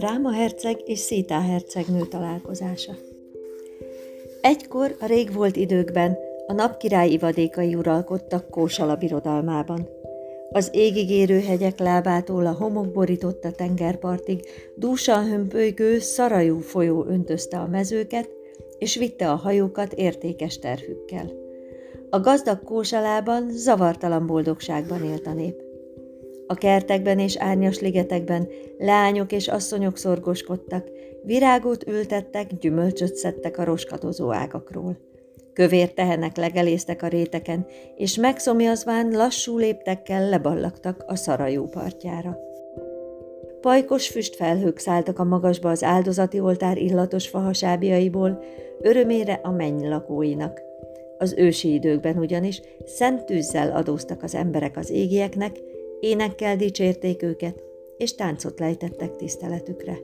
Ráma herceg és Szítá hercegnő találkozása. Egykor a régvolt időkben a napkirály ivadékai uralkodtak Kósala birodalmában. Az égig érő hegyek lábától a homok borította tengerpartig dúsan hömpölygő Szarajú folyó öntözte a mezőket, és vitte a hajókat értékes terhükkel. A gazdag Kósalában zavartalan boldogságban élt a nép. A kertekben és árnyas ligetekben leányok és asszonyok szorgoskodtak, virágot ültettek, gyümölcsöt szedtek a roskadozó ágakról. Kövér tehenek legeléztek a réteken, és megszomjazván lassú léptekkel leballagtak a Szarajú partjára. Pajkos füstfelhők szálltak a magasba az áldozati oltár illatos fahasábjaiból, örömére a menny lakóinak. Az ősi időkben ugyanis szent tűzzel adóztak az emberek az égieknek, énekkel dicsérték őket, és táncot lejtettek tiszteletükre.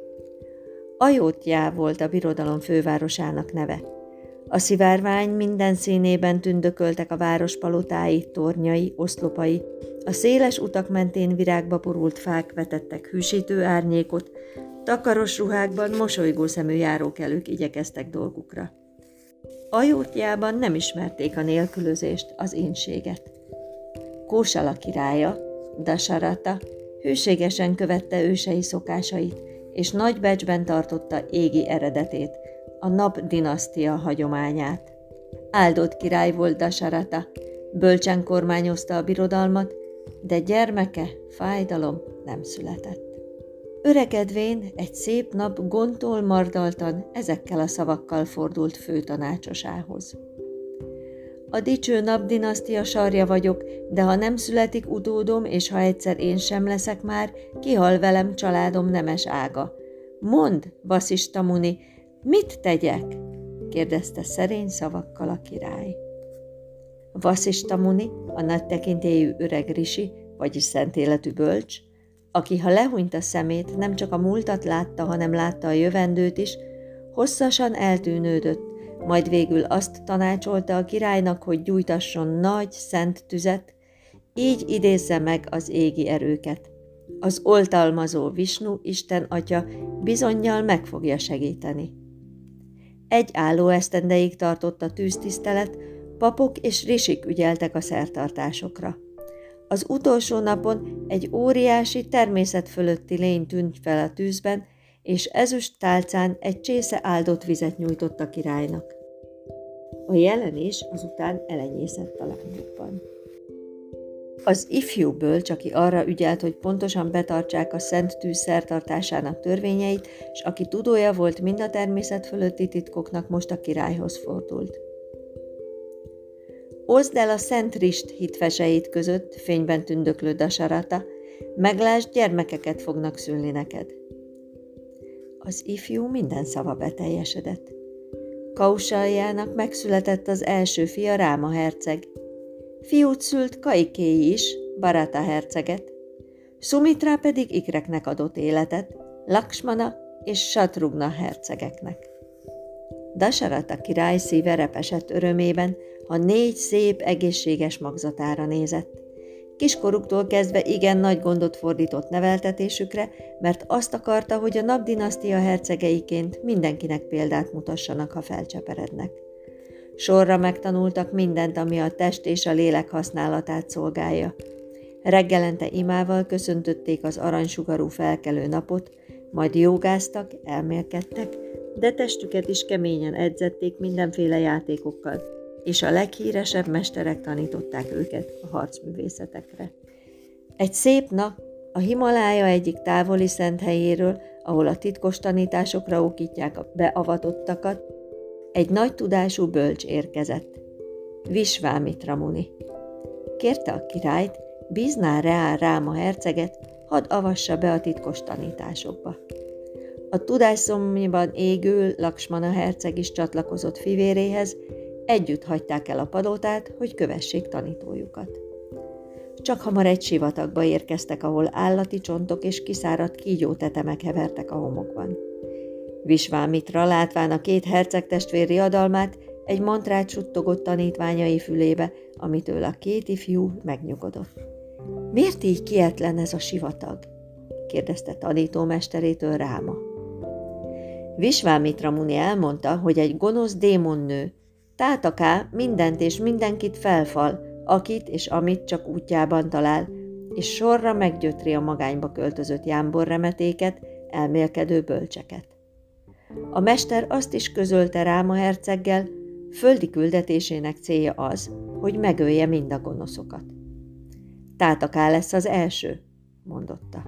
Ajótjá volt a birodalom fővárosának neve. A szivárvány minden színében tündököltek a város palotái, tornyai, oszlopai, a széles utak mentén virágba borult fák vetettek hűsítő árnyékot, takaros ruhákban mosolygó szemű járókelők igyekeztek dolgukra. Ajótjában nem ismerték a nélkülözést, az ínséget. Kósala királya, Dasarata hűségesen követte ősei szokásait, és nagy becsben tartotta égi eredetét, a Nap dinasztia hagyományát. Áldott király volt Dasarata, bölcsen kormányozta a birodalmat, de gyermeke, fájdalom nem született. Öregedvén egy szép nap gondtól mardaltan ezekkel a szavakkal fordult főtanácsosához. A dicső Nap dinasztia sarja vagyok, de ha nem születik utódom, és ha egyszer én sem leszek már, kihal velem családom nemes ága. Mondd, Vasista Muni, mit tegyek? Kérdezte szerény szavakkal a király. Vasista Muni, a nagy tekintélyű öreg risi, vagyis szent életű bölcs, aki ha lehúnyt a szemét, nem csak a múltat látta, hanem látta a jövendőt is, hosszasan eltűnődött, majd végül azt tanácsolta a királynak, hogy gyújtasson nagy, szent tüzet, így idézze meg az égi erőket. Az oltalmazó Visnu Isten atya bizonnyal meg fogja segíteni. Egy álló esztendeig tartott a tűztisztelet, papok és risik ügyeltek a szertartásokra. Az utolsó napon egy óriási, természet fölötti lény tűnt fel a tűzben, és ezüst tálcán egy csésze áldott vizet nyújtott a királynak. A jelenés azután elenyészett a lányokban. Az ifjú bölcs, aki arra ügyelt, hogy pontosan betartsák a szent tűz szertartásának törvényeit, és aki tudója volt mind a természet fölötti titkoknak, most a királyhoz fordult. Oszd el a szent rist hitveseit között, fényben tündöklő Dasarata, meglásd, gyermekeket fognak szülni neked. Az ifjú minden szava beteljesedett. Kausaljának megszületett az első fia, Ráma herceg. Fiút szült Kaikéi is, Bharata herceget. Szumitra pedig ikreknek adott életet, Lakshmana és Satrugna hercegeknek. Dasarata király szíve repesett örömében, a 4 szép, egészséges magzatára nézett. Kiskoruktól kezdve igen nagy gondot fordított neveltetésükre, mert azt akarta, hogy a Nap dinasztia hercegeiként mindenkinek példát mutassanak, ha felcseperednek. Sorra megtanultak mindent, ami a test és a lélek használatát szolgálja. Reggelente imával köszöntötték az aranysugarú felkelő napot, majd jogáztak, elmélkedtek, de testüket is keményen edzették mindenféle játékokkal, és a leghíresebb mesterek tanították őket a harcművészetekre. Egy szép nap a Himalája egyik távoli szent helyéről, ahol a titkos tanításokra okítják a beavatottakat, egy nagy tudású bölcs érkezett. Visvámitra Muni. Kérte a királyt, bízná rá Ráma herceget, hadd avassa be a titkos tanításokba. A tudásszomjban égő Lakshmana herceg is csatlakozott fivéréhez, együtt hagyták el a palotát, hogy kövessék tanítójukat. Csak hamar egy sivatagba érkeztek, ahol állati csontok és kiszáradt kígyótetemek hevertek a homokban. Visvámitra látván a 2 hercegtestvér riadalmát, egy mantrát suttogott tanítványai fülébe, amitől a 2 ifjú megnyugodott. Miért így kietlen ez a sivatag? kérdezte tanítómesterétől Ráma. Visvámitra Muni elmondta, hogy egy gonosz démonnő, Tátaká mindent és mindenkit felfal, akit és amit csak útjában talál, és sorra meggyötri a magányba költözött jámborremetéket, elmélkedő bölcseket. A mester azt is közölte Ráma herceggel, földi küldetésének célja az, hogy megölje mind a gonoszokat. Tátaká lesz az első, mondotta.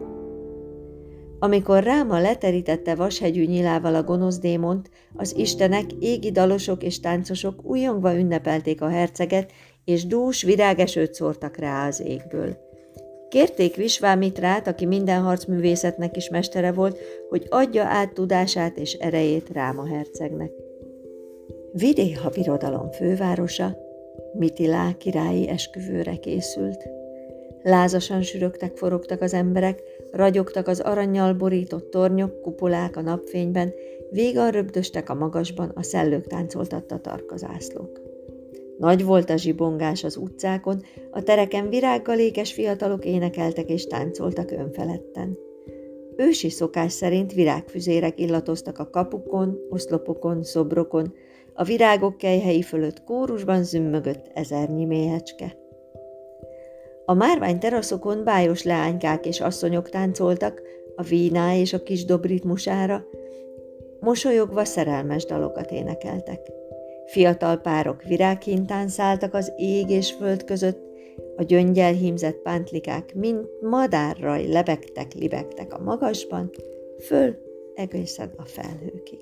Amikor Ráma leterítette vashegyű nyilával a gonosz démont, az istenek, égi dalosok és táncosok újongva ünnepelték a herceget, és dús virágesőt szórtak rá az égből. Kérték Visvámitrát, aki minden harcművészetnek is mestere volt, hogy adja át tudását és erejét Ráma hercegnek. Vidéha birodalom fővárosa, Mitilá királyi esküvőre készült. Lázasan sürögtek, forogtak az emberek, ragyogtak az arannyal borított tornyok, kupolák a napfényben, vígan röbdöstek a magasban, a szellők táncoltatta tarkazászlók. Nagy volt a zsibongás az utcákon, a tereken virággal ékes fiatalok énekeltek és táncoltak önfeledten. Ősi szokás szerint virágfüzérek illatoztak a kapukon, oszlopokon, szobrokon, a virágok kelyhei fölött kórusban zümmögött ezernyi méhecske. A márvány teraszokon bájos leánykák és asszonyok táncoltak, a víná és a kis dob ritmusára, mosolyogva szerelmes dalokat énekeltek. Fiatal párok virághintán szálltak az ég és föld között, a gyöngyel hímzett pántlikák, mint madárraj lebegtek, libegtek a magasban, föl egészen a felhőkig.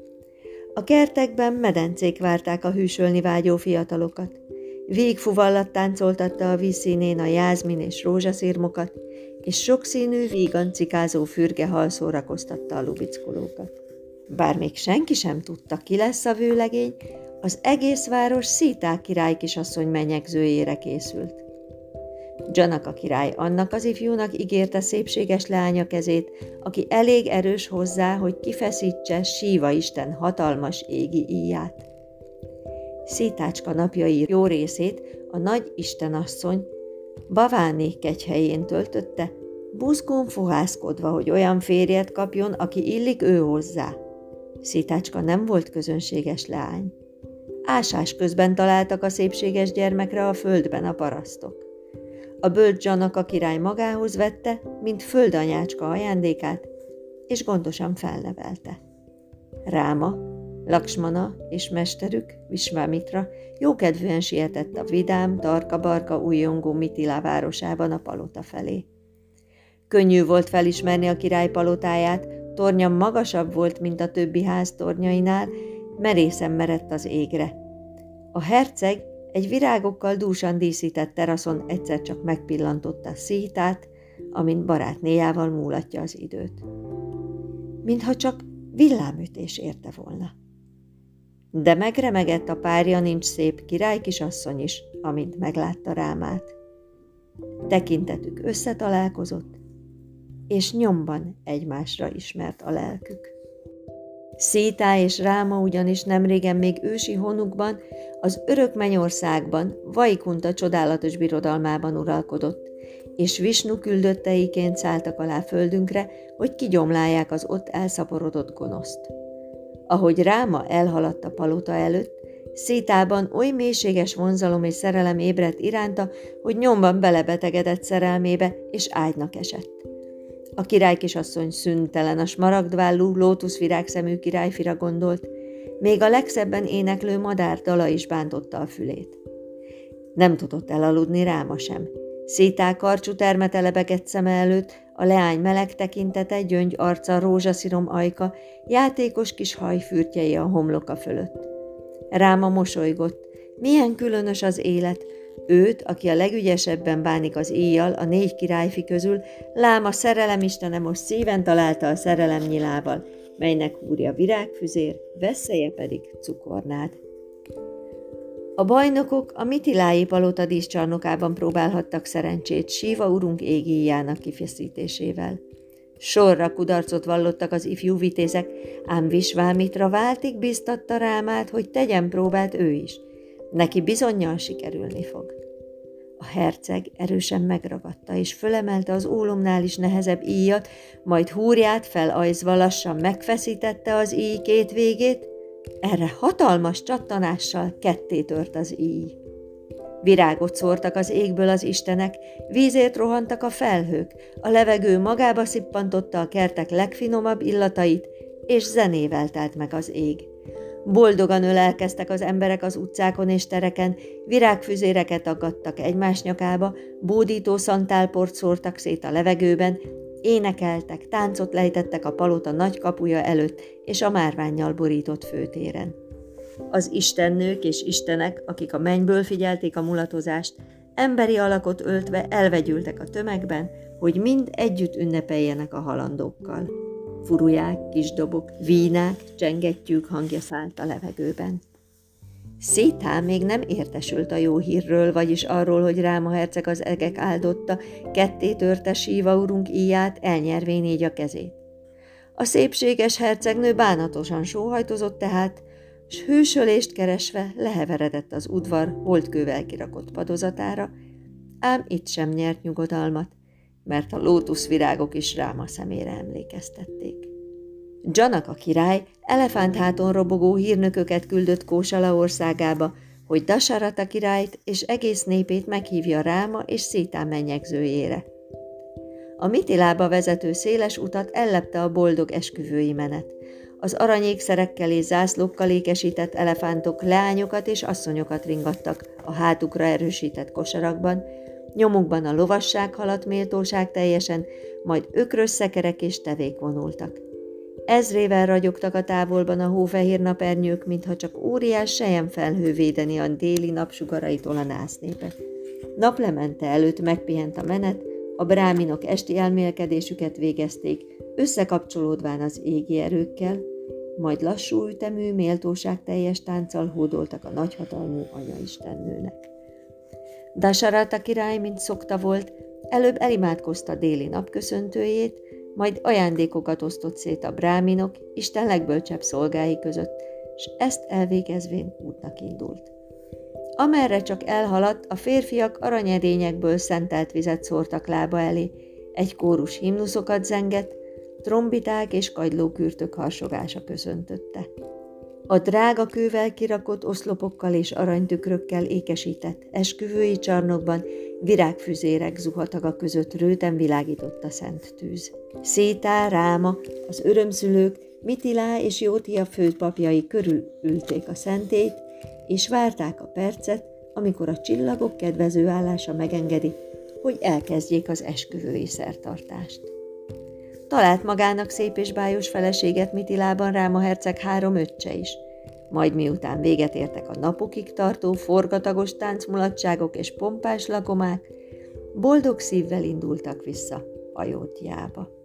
A kertekben medencék várták a hűsölni vágyó fiatalokat. Végfuvallat táncoltatta a vízszínén a jázmin és rózsaszirmokat, és sokszínű, vígan cikázó fürgehal szórakoztatta a lubickolókat. Bár még senki sem tudta, ki lesz a vőlegény, az egész város Szítá király kisasszony menyegzőjére készült. Dzsanaka király annak az ifjúnak ígérte szépséges leánya kezét, aki elég erős hozzá, hogy kifeszítse Síva isten hatalmas égi íját. Szítácska napjai jó részét a nagy istenasszony Baváni kegyhelyén töltötte, buzgón fohászkodva, hogy olyan férjet kapjon, aki illik ő hozzá. Szítácska nem volt közönséges leány. Ásás közben találtak a szépséges gyermekre a földben a parasztok. A bölcs Dzsanaka király magához vette, mint földanyácska ajándékát, és gondosan felnevelte. Ráma, Laksmana és mesterük, Visvámitra jókedvűen sietett a vidám, tarka-barka újjongó Mitilá városában a palota felé. Könnyű volt felismerni a király palotáját, tornya magasabb volt, mint a többi ház tornyainál, merészen merett az égre. A herceg egy virágokkal dúsan díszített teraszon egyszer csak megpillantotta Szítát, amint barátnéjával múlatja az időt. Mintha csak villámütés érte volna. De megremegett a párja nincs szép király kisasszony is, amint meglátta Rámát. Tekintetük összetalálkozott, és nyomban egymásra ismert a lelkük. Szítá és Ráma ugyanis nemrégen még ősi honukban, az örök mennyországban, Vaikunta csodálatos birodalmában uralkodott, és Visnu küldötteiként szálltak alá földünkre, hogy kigyomlálják az ott elszaporodott gonoszt. Ahogy Ráma elhaladt a palota előtt, Szítában oly mélységes vonzalom és szerelem ébredt iránta, hogy nyomban belebetegedett szerelmébe, és ágynak esett. A király kisasszony szüntelen a smaragdvállú, lótuszvirágszemű királyfira gondolt, még a legszebben éneklő madár dala is bántotta a fülét. Nem tudott elaludni Ráma sem. Szítá karcsú termete lebegett szeme előtt, a leány meleg tekintete, gyöngy arca, rózsaszírom ajka, játékos kis hajfürtjei a homloka fölött. Ráma mosolygott. Milyen különös az élet! Őt, aki a legügyesebben bánik az éjjal, a 4 királyfi közül, lám a szerelemistene most szíven találta a szerelem nyilával, melynek húrja virágfüzér, vesszeje pedig cukornád. A bajnokok a mitilái palota díszcsarnokában próbálhattak szerencsét Síva urunk égíjának kifeszítésével. Sorra kudarcot vallottak az ifjú vitézek, ám Visvámitra váltig bíztatta Rámát, hogy tegyen próbát ő is. Neki bizonnyal sikerülni fog. A herceg erősen megragadta, és fölemelte az ólomnál is nehezebb íjat, majd húrját felajzva lassan megfeszítette az íj két végét, erre hatalmas csattanással ketté tört az íj. Virágot szórtak az égből az istenek, vízért rohantak a felhők, a levegő magába szippantotta a kertek legfinomabb illatait, és zenével telt meg az ég. Boldogan ölelkeztek az emberek az utcákon és tereken, virágfüzéreket aggattak egymás nyakába, bódító szantálport szórtak szét a levegőben, énekeltek, táncot lejtettek a palota nagy kapuja előtt és a márvánnyal borított főtéren. Az istennők és istenek, akik a mennyből figyelték a mulatozást, emberi alakot öltve elvegyültek a tömegben, hogy mind együtt ünnepeljenek a halandókkal. Furuják, kisdobok, vínák, csengettyűk hangja szállt a levegőben. Szitá még nem értesült a jó hírről, vagyis arról, hogy Ráma herceg az egek áldotta, ketté törte Síva urunk íját, elnyervén így a kezét. A szépséges hercegnő bánatosan sóhajtozott tehát, s hűsölést keresve leheveredett az udvar holdkővel kirakott padozatára, ám itt sem nyert nyugodalmat, mert a lótuszvirágok is Ráma szemére emlékeztették. Janaka király elefántháton robogó hírnököket küldött Kósala országába, hogy Dasarata királyt és egész népét meghívja Ráma és Szitá mennyegzőjére. A Mitilába vezető széles utat ellepte a boldog esküvői menet. Az aranyékszerekkel és zászlókkal ékesített elefántok leányokat és asszonyokat ringattak a hátukra erősített kosarakban, nyomukban a lovasság haladt méltóság teljesen, majd ökrös szekerek és tevék vonultak. Ezrével ragyogtak a távolban a hófehér napernyők, mintha csak óriás selyemfelhő védeni a déli napsugaraitól a násznépet. Naplemente előtt megpihent a menet, a bráminok esti elmélkedésüket végezték, összekapcsolódván az égi erőkkel, majd lassú ütemű, méltóságteljes tánccal hódoltak a nagyhatalmú anyaistennőnek. Dasarata király, mint szokta volt, előbb elimádkozta déli napköszöntőjét, majd ajándékokat osztott szét a bráminok, Isten legbölcsebb szolgái között, s ezt elvégezvén útnak indult. Amerre csak elhaladt, a férfiak aranyedényekből szentelt vizet szórtak lába elé, egy kórus himnuszokat zengett, trombiták és kagylókürtök harsogása köszöntötte. A drága kővel kirakott oszlopokkal és aranytükrökkel ékesített esküvői csarnokban virágfüzérek zuhataga között rőten világított a szent tűz. Szitá, Ráma, az örömszülők, Mitilá és Jótia főpapjai körül ülték a szentélyt, és várták a percet, amikor a csillagok kedvező állása megengedi, hogy elkezdjék az esküvői szertartást. Talált magának szép és bájos feleséget Mitilában Ráma herceg 3 öccse is, majd miután véget értek a napokig tartó forgatagos táncmulatságok és pompás lakomák, boldog szívvel indultak vissza Ajótjába.